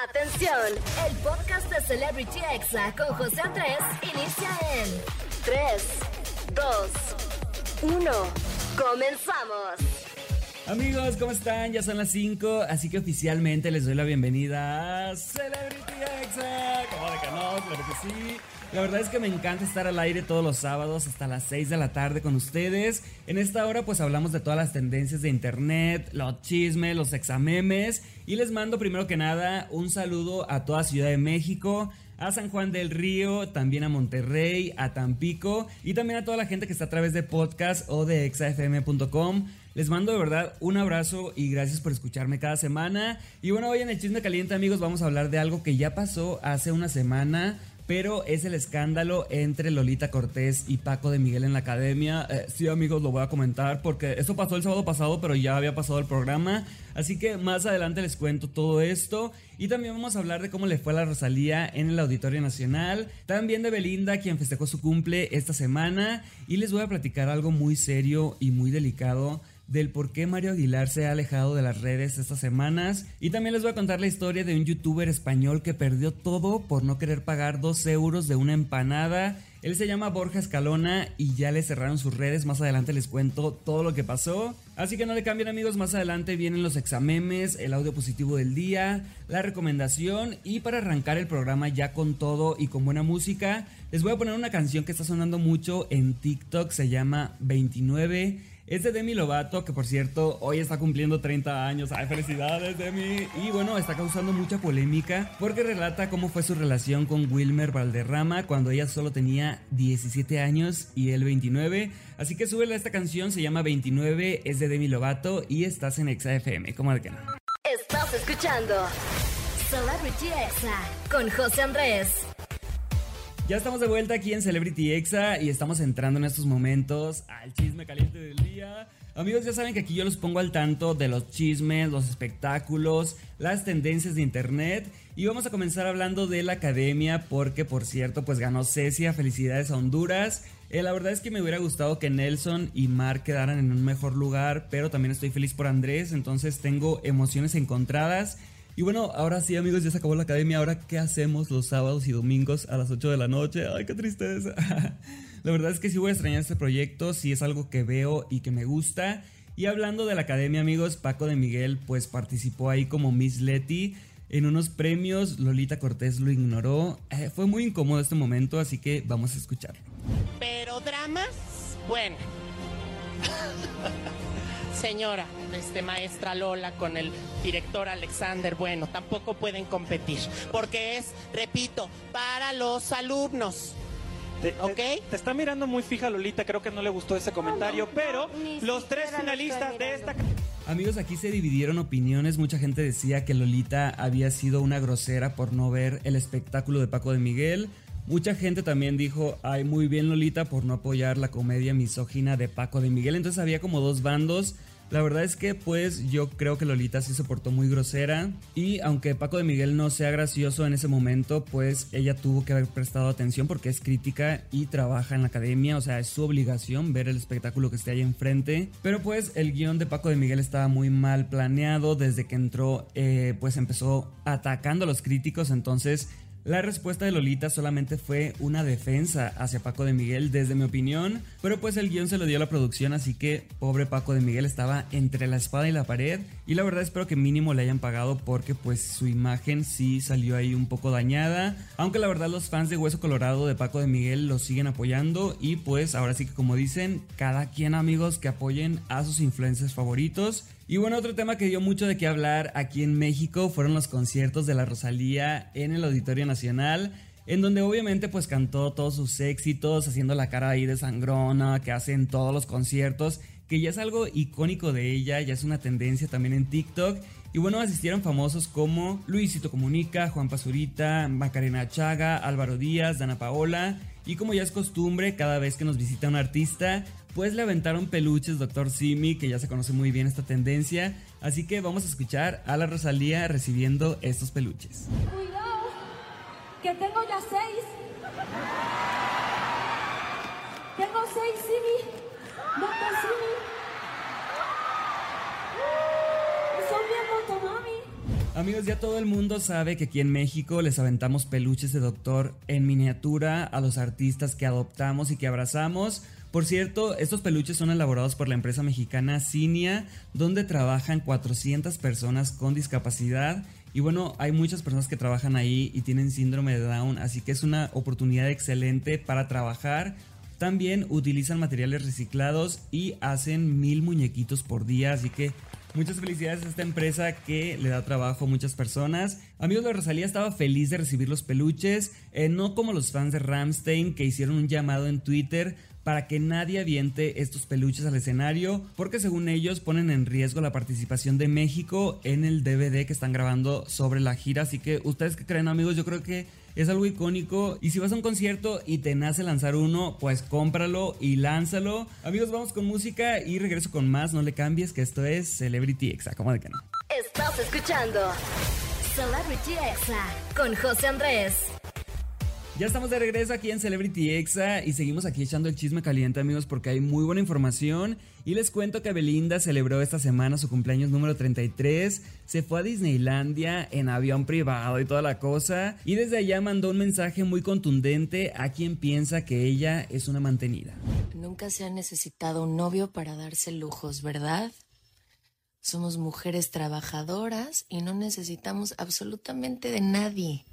Atención, el podcast de Celebrity Exa con José Andrés inicia en 3, 2, 1. ¡Comenzamos! Amigos, ¿cómo están? Ya son las 5, así que oficialmente les doy la bienvenida a Celebrity Exa. ¿Cómo de que no? Claro que sí. La verdad es que me encanta estar al aire todos los sábados hasta las 6 de la tarde con ustedes. En esta hora pues hablamos de todas las tendencias de internet, los chismes, los examemes. Y les mando primero que nada un saludo a toda Ciudad de México, a San Juan del Río, también a Monterrey, a Tampico y también a toda la gente que está a través de podcast o de exafm.com. Les mando de verdad un abrazo y gracias por escucharme cada semana. Y bueno, hoy en el Chisme Caliente, amigos, vamos a hablar de algo que ya pasó hace una semana, pero es el escándalo entre Lolita Cortés y Paco de Miguel en la academia. Sí, amigos, lo voy a comentar porque esto pasó el sábado pasado, pero ya había pasado el programa. Así que más adelante les cuento todo esto. Y también vamos a hablar de cómo le fue a la Rosalía en el Auditorio Nacional. También de Belinda, quien festejó su cumple esta semana. Y les voy a platicar algo muy serio y muy delicado del por qué Mario Aguilar se ha alejado de las redes estas semanas. Y también les voy a contar la historia de un youtuber español que perdió todo por no querer pagar 2 euros de una empanada. Él se llama Borja Escalona y ya le cerraron sus redes. Más adelante les cuento todo lo que pasó. Así que no le cambien, amigos, más adelante vienen los examemes, el audio positivo del día, la recomendación. Y para arrancar el programa ya con todo y con buena música, les voy a poner una canción que está sonando mucho en TikTok. Se llama 29. Es de Demi Lovato, que por cierto hoy está cumpliendo 30 años. ¡Ay, felicidades, Demi! Y bueno, está causando mucha polémica porque relata cómo fue su relación con Wilmer Valderrama cuando ella solo tenía 17 años y él 29. Así que súbele a esta canción, se llama 29, es de Demi Lovato y estás en Exa FM. ¿Cómo de que no? Estás escuchando Celebrity Exa con José Andrés. Ya estamos de vuelta aquí en Celebrity Exa y estamos entrando en estos momentos al chisme caliente del día. Amigos, ya saben que aquí yo los pongo al tanto de los chismes, los espectáculos, las tendencias de internet. Y vamos a comenzar hablando de la academia porque, por cierto, pues ganó Cecia. Felicidades a Honduras. La verdad es que me hubiera gustado que Nelson y Mark quedaran en un mejor lugar, pero también estoy feliz por Andrés, entonces tengo emociones encontradas. Y bueno, ahora sí, amigos, ya se acabó la academia. Ahora, ¿qué hacemos los sábados y domingos a las 8 de la noche? ¡Ay, qué tristeza! La verdad es que sí voy a extrañar este proyecto. Sí es algo que veo y que me gusta. Y hablando de la academia, amigos, Paco de Miguel pues participó ahí como Miss Leti en unos premios. Lolita Cortés lo ignoró. Fue muy incómodo este momento, así que vamos a escucharlo. Pero dramas, bueno. Señora, maestra Lola con el director Alexander, bueno, tampoco pueden competir, porque es, repito, para los alumnos. ¿Ok? Te está mirando muy fija Lolita, creo que no le gustó ese comentario, pero los 3 finalistas de esta... Amigos, aquí se dividieron opiniones. Mucha gente decía que Lolita había sido una grosera por no ver el espectáculo de Paco de Miguel. Mucha gente también dijo, ay, muy bien Lolita por no apoyar la comedia misógina de Paco de Miguel. Entonces había como 2 bandos. La verdad es que pues yo creo que Lolita sí se portó muy grosera. Y aunque Paco de Miguel no sea gracioso en ese momento, pues ella tuvo que haber prestado atención porque es crítica y trabaja en la academia. O sea, es su obligación ver el espectáculo que esté ahí enfrente. Pero pues el guión de Paco de Miguel estaba muy mal planeado. Desde que entró pues empezó atacando a los críticos. Entonces la respuesta de Lolita solamente fue una defensa hacia Paco de Miguel, desde mi opinión, pero pues el guión se lo dio a la producción, así que pobre Paco de Miguel estaba entre la espada y la pared. Y la verdad espero que mínimo le hayan pagado porque pues su imagen sí salió ahí un poco dañada, aunque la verdad los fans de Hueso Colorado de Paco de Miguel lo siguen apoyando. Y pues ahora sí que, como dicen, cada quien, amigos, que apoyen a sus influencers favoritos. Y bueno, otro tema que dio mucho de qué hablar aquí en México fueron los conciertos de la Rosalía en el Auditorio Nacional, en donde obviamente pues cantó todos sus éxitos, haciendo la cara ahí de sangrona que hace en todos los conciertos, que ya es algo icónico de ella, ya es una tendencia también en TikTok. Y bueno, asistieron famosos como Luisito Comunica, Juan Pazurita, Macarena Chaga, Álvaro Díaz, Dana Paola. Y como ya es costumbre, cada vez que nos visita un artista, pues le aventaron peluches Dr. Simi, que ya se conoce muy bien esta tendencia. Así que vamos a escuchar a la Rosalía recibiendo estos peluches. Cuidado, que tengo ya 6. Tengo 6 Simi, Dr. Simi. Son bien motomami. Amigos, ya todo el mundo sabe que aquí en México les aventamos peluches de doctor en miniatura a los artistas que adoptamos y que abrazamos. Por cierto, estos peluches son elaborados por la empresa mexicana Cinia, donde trabajan 400 personas con discapacidad. Y bueno, hay muchas personas que trabajan ahí y tienen síndrome de Down, así que es una oportunidad excelente para trabajar. También utilizan materiales reciclados y hacen 1000 muñequitos por día, así que muchas felicidades a esta empresa que le da trabajo a muchas personas. Amigos, la Rosalía estaba feliz de recibir los peluches, no como los fans de Rammstein, que hicieron un llamado en Twitter para que nadie aviente estos peluches al escenario, porque según ellos ponen en riesgo la participación de México en el DVD que están grabando sobre la gira. Así que, ¿ustedes qué creen, amigos? Yo creo que es algo icónico, y si vas a un concierto y te nace lanzar uno, pues cómpralo y lánzalo. Amigos, vamos con música y regreso con más. No le cambies, que esto es Celebrity Exa, ¿cómo de que no? Estás escuchando Celebrity Exa con José Andrés. Ya estamos de regreso aquí en Celebrity Exa y seguimos aquí echando el chisme caliente, amigos, porque hay muy buena información. Y les cuento que Belinda celebró esta semana su cumpleaños número 33, se fue a Disneylandia en avión privado y toda la cosa, y desde allá mandó un mensaje muy contundente a quien piensa que ella es una mantenida. Nunca se ha necesitado un novio para darse lujos, ¿verdad? Somos mujeres trabajadoras y no necesitamos absolutamente de nadie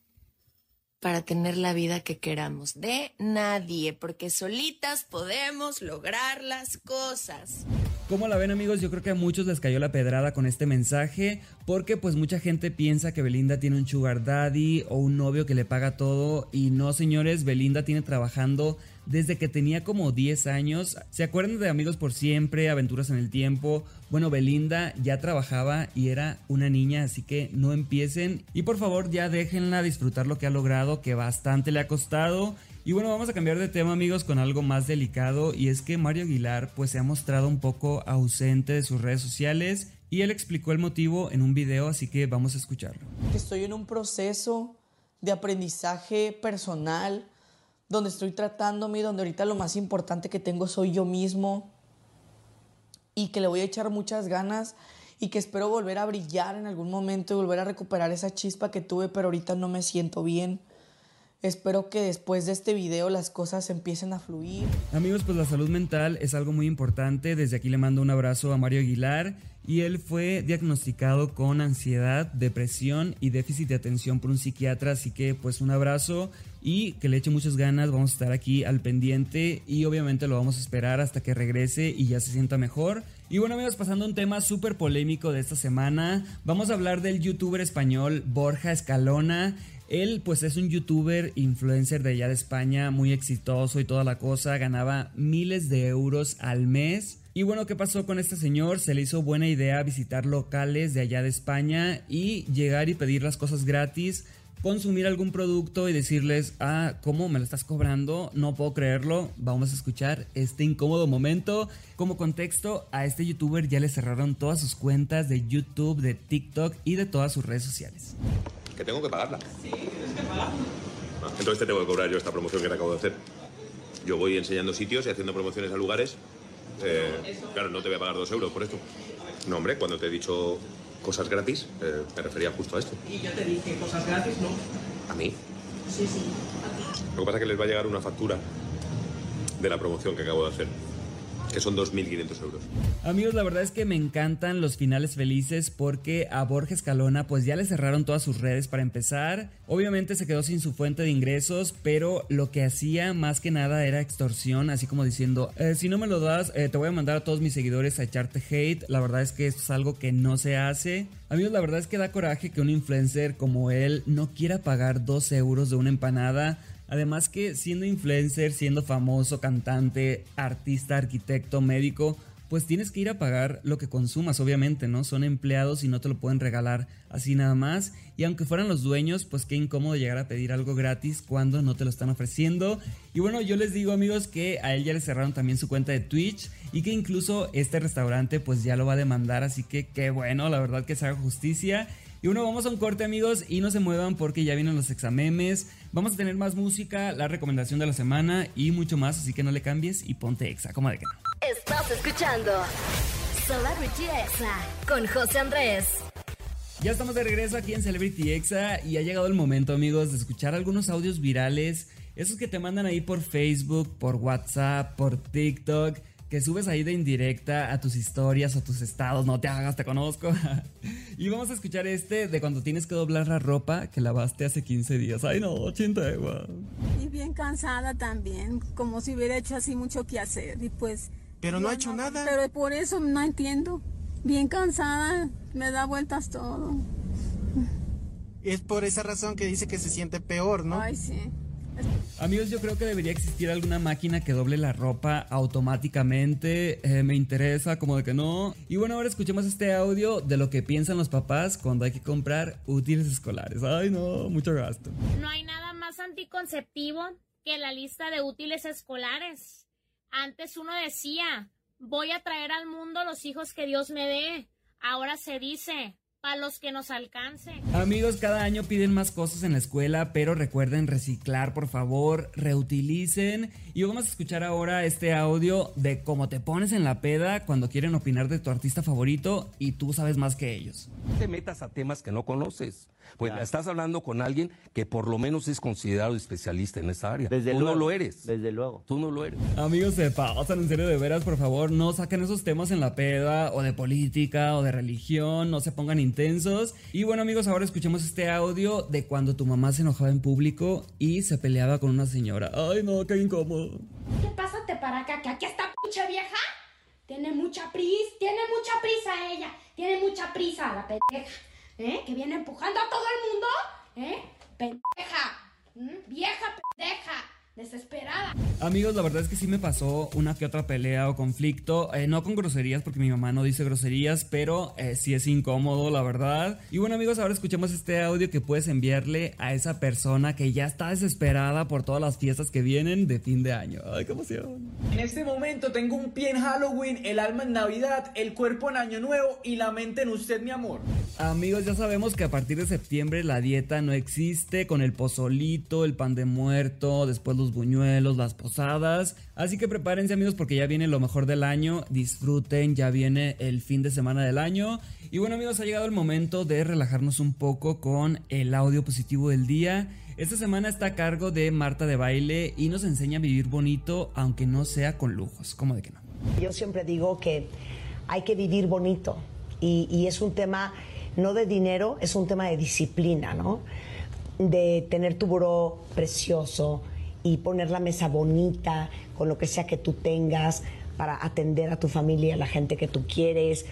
para tener la vida que queramos. De nadie, porque solitas podemos lograr las cosas. ¿Cómo la ven, amigos? Yo creo que a muchos les cayó la pedrada con este mensaje, porque pues mucha gente piensa que Belinda tiene un sugar daddy o un novio que le paga todo, y no, señores, Belinda tiene trabajando desde que tenía como 10 años. ¿Se acuerdan de Amigos por Siempre, Aventuras en el Tiempo? Bueno, Belinda ya trabajaba y era una niña, así que no empiecen. Y por favor, ya déjenla disfrutar lo que ha logrado, que bastante le ha costado. Y bueno, vamos a cambiar de tema, amigos, con algo más delicado, y es que Mario Aguilar pues se ha mostrado un poco ausente de sus redes sociales, y él explicó el motivo en un video, así que vamos a escucharlo. Estoy en un proceso de aprendizaje personal, donde estoy tratándome, donde ahorita lo más importante que tengo soy yo mismo, y que le voy a echar muchas ganas, y que espero volver a brillar en algún momento y volver a recuperar esa chispa que tuve, pero ahorita no me siento bien. Espero que después de este video las cosas empiecen a fluir. Amigos, pues la salud mental es algo muy importante. Desde aquí le mando un abrazo a Mario Aguilar, y él fue diagnosticado con ansiedad, depresión y déficit de atención por un psiquiatra, así que pues un abrazo y que le eche muchas ganas. Vamos a estar aquí al pendiente y obviamente lo vamos a esperar hasta que regrese y ya se sienta mejor. Y bueno, amigos, pasando a un tema súper polémico de esta semana, vamos a hablar del youtuber español Borja Escalona. Él pues es un youtuber influencer de allá de España, muy exitoso y toda la cosa, ganaba miles de euros al mes. Y bueno, ¿qué pasó con este señor? Se le hizo buena idea visitar locales de allá de España y llegar y pedir las cosas gratis, consumir algún producto y decirles, ¿cómo me lo estás cobrando? No puedo creerlo. Vamos a escuchar este incómodo momento. Como contexto, a este youtuber ya le cerraron todas sus cuentas de YouTube, de TikTok y de todas sus redes sociales. Que tengo que pagarla. Sí, tienes que pagarla. Entonces te tengo que cobrar yo esta promoción que te acabo de hacer. Yo voy enseñando sitios y haciendo promociones a lugares. Claro, no te voy a pagar 2 euros por esto. No, hombre, cuando te he dicho cosas gratis, me refería justo a esto. Y yo te dije cosas gratis, ¿no? ¿A mí? Sí, sí, a ti. Lo que pasa es que les va a llegar una factura de la promoción que acabo de hacer, que son 2.500 euros. Amigos, la verdad es que me encantan los finales felices, porque a Borja Escalona pues ya le cerraron todas sus redes para empezar. Obviamente se quedó sin su fuente de ingresos, pero lo que hacía más que nada era extorsión, así como diciendo, si no me lo das, te voy a mandar a todos mis seguidores a echarte hate. La verdad es que esto es algo que no se hace. Amigos, la verdad es que da coraje que un influencer como él no quiera pagar 2 euros de una empanada. Además que siendo influencer, siendo famoso, cantante, artista, arquitecto, médico, pues tienes que ir a pagar lo que consumas, obviamente, ¿no? Son empleados y no te lo pueden regalar así nada más. Y aunque fueran los dueños, pues qué incómodo llegar a pedir algo gratis cuando no te lo están ofreciendo. Y bueno, yo les digo, amigos, que a él ya le cerraron también su cuenta de Twitch, y que incluso este restaurante pues ya lo va a demandar, así que qué bueno, la verdad, que se haga justicia. Y bueno, vamos a un corte, amigos, y no se muevan porque ya vienen los examemes. Vamos a tener más música, la recomendación de la semana y mucho más, así que no le cambies y ponte Exa, como de que no. Estás escuchando Celebrity Exa con José Andrés. Ya estamos de regreso aquí en Celebrity Exa y ha llegado el momento, amigos, de escuchar algunos audios virales, esos que te mandan ahí por Facebook, por WhatsApp, por TikTok, que subes ahí de indirecta a tus historias o tus estados, no te hagas, te conozco. Y vamos a escuchar de cuando tienes que doblar la ropa que lavaste hace 15 días. Ay no, chintegua. Y bien cansada también, como si hubiera hecho así mucho que hacer y pues... Pero no ha hecho nada. Pero por eso no entiendo. Bien cansada, me da vueltas todo. Es por esa razón que dice que se siente peor, ¿no? Ay, sí. Amigos, yo creo que debería existir alguna máquina que doble la ropa automáticamente. Me interesa, como de que no. Y bueno, ahora escuchemos este audio de lo que piensan los papás cuando hay que comprar útiles escolares. Ay no, mucho gasto. No hay nada más anticonceptivo que la lista de útiles escolares. Antes uno decía, voy a traer al mundo los hijos que Dios me dé. Ahora se dice, para los que nos alcance. Amigos, cada año piden más cosas en la escuela, pero recuerden reciclar, por favor, reutilicen. Y vamos a escuchar ahora este audio de cómo te pones en la peda cuando quieren opinar de tu artista favorito y tú sabes más que ellos. No te metas a temas que no conoces. Pues estás hablando con alguien que por lo menos es considerado especialista en esa área. Tú no lo eres. Desde luego. Tú no lo eres. Amigos, se pasan, en serio, de veras, por favor, no saquen esos temas en la peda, o de política, o de religión, no se pongan intensos. Y bueno, amigos, ahora escuchemos este audio de cuando tu mamá se enojaba en público y se peleaba con una señora. Ay, no, qué incómodo. ¿Qué pásate para acá? ¿Que aquí está pinche vieja? Tiene mucha prisa ella. Tiene mucha prisa la pendeja. Que viene empujando a todo el mundo. Pendeja. Vieja pendeja. Desesperada. Amigos, la verdad es que sí me pasó una que otra pelea o conflicto, no con groserías porque mi mamá no dice groserías, pero sí es incómodo, la verdad. Y bueno, amigos, ahora escuchemos este audio que puedes enviarle a esa persona que ya está desesperada por todas las fiestas que vienen de fin de año. Ay, qué emoción. En este momento tengo un pie en Halloween, el alma en Navidad, el cuerpo en Año Nuevo y la mente en usted, mi amor. Amigos, ya sabemos que a partir de septiembre la dieta no existe, con el pozolito, el pan de muerto, después los buñuelos, las posadas. Así que prepárense, amigos, porque ya viene lo mejor del año. Disfruten, ya viene el fin de semana del año. Y bueno, amigos, ha llegado el momento de relajarnos un poco con el audio positivo del día. Esta semana está a cargo de Marta de Baile y nos enseña a vivir bonito, aunque no sea con lujos. ¿Cómo de que no? Yo siempre digo que hay que vivir bonito y es un tema no de dinero, es un tema de disciplina, ¿no? De tener tu buró precioso y poner la mesa bonita con lo que sea que tú tengas para atender a tu familia, a la gente que tú quieres,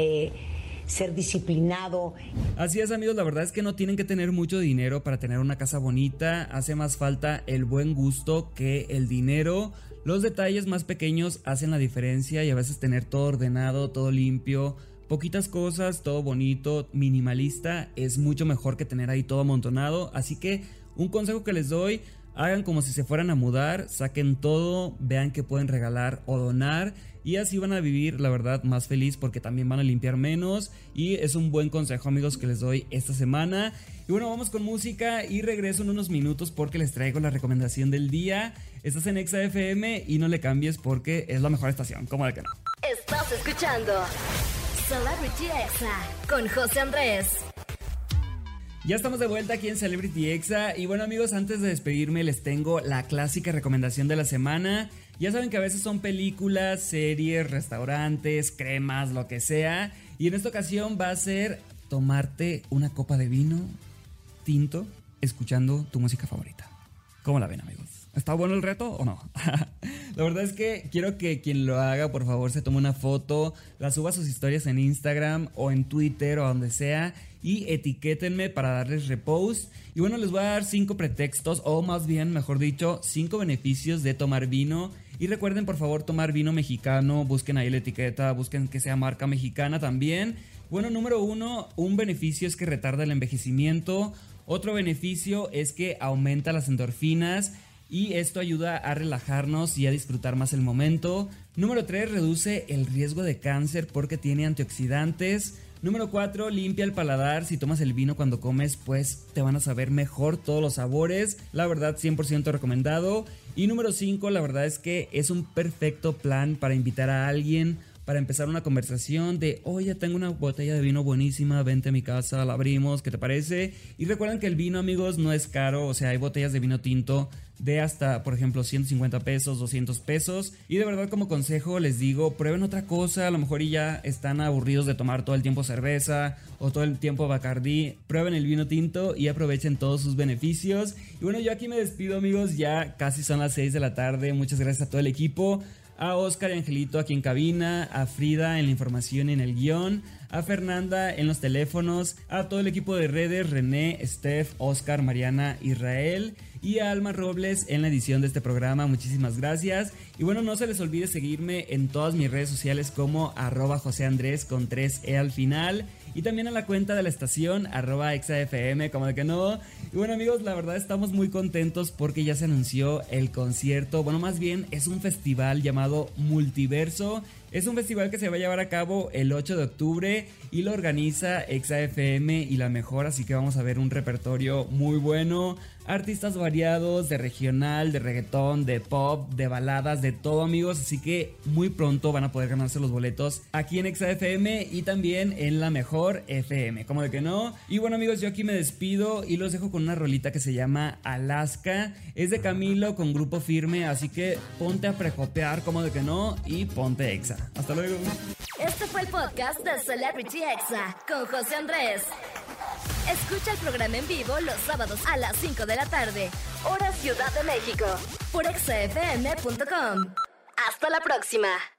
ser disciplinado. Así es, amigos, la verdad es que no tienen que tener mucho dinero para tener una casa bonita. Hace más falta el buen gusto que el dinero. Los detalles más pequeños hacen la diferencia y a veces tener todo ordenado, todo limpio, poquitas cosas, todo bonito, minimalista, es mucho mejor que tener ahí todo amontonado. Así que un consejo que les doy: hagan como si se fueran a mudar, saquen todo, vean qué pueden regalar o donar y así van a vivir, la verdad, más feliz porque también van a limpiar menos y es un buen consejo, amigos, que les doy esta semana. Y bueno, vamos con música y regreso en unos minutos porque les traigo la recomendación del día. Estás en Exa FM y no le cambies porque es la mejor estación, ¿cómo de que no? Estás escuchando Celebrity Exa con José Andrés. Ya estamos de vuelta aquí en Celebrity Exa y bueno, amigos, antes de despedirme les tengo la clásica recomendación de la semana. Ya saben que a veces son películas, series, restaurantes, cremas, lo que sea, y en esta ocasión va a ser tomarte una copa de vino tinto escuchando tu música favorita. ¿Cómo la ven, amigos? ¿Está bueno el reto o no? La verdad es que quiero que quien lo haga, por favor, se tome una foto, la suba a sus historias en Instagram o en Twitter o donde sea y etiquétenme para darles repost. Y bueno, les voy a dar 5 pretextos, o más bien, mejor dicho, 5 beneficios de tomar vino. Y recuerden, por favor, tomar vino mexicano, busquen ahí la etiqueta, busquen que sea marca mexicana también. Bueno, número 1, un beneficio es que retarda el envejecimiento. Otro beneficio es que aumenta las endorfinas y esto ayuda a relajarnos y a disfrutar más el momento. Número 3, reduce el riesgo de cáncer porque tiene antioxidantes. Número 4, limpia el paladar. Si tomas el vino cuando comes, pues te van a saber mejor todos los sabores. La verdad, 100% recomendado. Y número 5, la verdad es que es un perfecto plan para invitar a alguien para empezar una conversación de, oye, tengo una botella de vino buenísima, vente a mi casa, la abrimos, ¿qué te parece? Y recuerden que el vino, amigos, no es caro, o sea, hay botellas de vino tinto de hasta, por ejemplo, 150 pesos, 200 pesos. Y de verdad, como consejo, les digo, prueben otra cosa. A lo mejor ya están aburridos de tomar todo el tiempo cerveza o todo el tiempo Bacardí. Prueben el vino tinto y aprovechen todos sus beneficios. Y bueno, yo aquí me despido, amigos. Ya casi son las 6 de la tarde. Muchas gracias a todo el equipo. A Oscar y Angelito aquí en cabina, a Frida en la información y en el guión, a Fernanda en los teléfonos, a todo el equipo de redes, René, Steph, Oscar, Mariana, Israel y a Alma Robles en la edición de este programa. Muchísimas gracias. Y bueno, no se les olvide seguirme en todas mis redes sociales como @JoséAndrés con 3E al final. Y también a la cuenta de la estación, @ExaFM, como de que no. Y bueno, amigos, la verdad estamos muy contentos porque ya se anunció el concierto. Bueno, más bien es un festival llamado Multiverso. Es un festival que se va a llevar a cabo el 8 de octubre y lo organiza ExaFM y La Mejor. Así que vamos a ver un repertorio muy bueno. Artistas variados, de regional, de reggaetón, de pop, de baladas, de todo, amigos. Así que muy pronto van a poder ganarse los boletos aquí en ExaFM y también en La Mejor FM, como de que no. Y bueno, amigos, yo aquí me despido y los dejo con una rolita que se llama Alaska. Es de Camilo con Grupo Firme, así que ponte a precopear, como de que no, y ponte Exa. Hasta luego. Este fue el podcast de Celebrity Exa con José Andrés. Escucha el programa en vivo los sábados a las 5 de la tarde, hora Ciudad de México, por exafm.com. Hasta la próxima.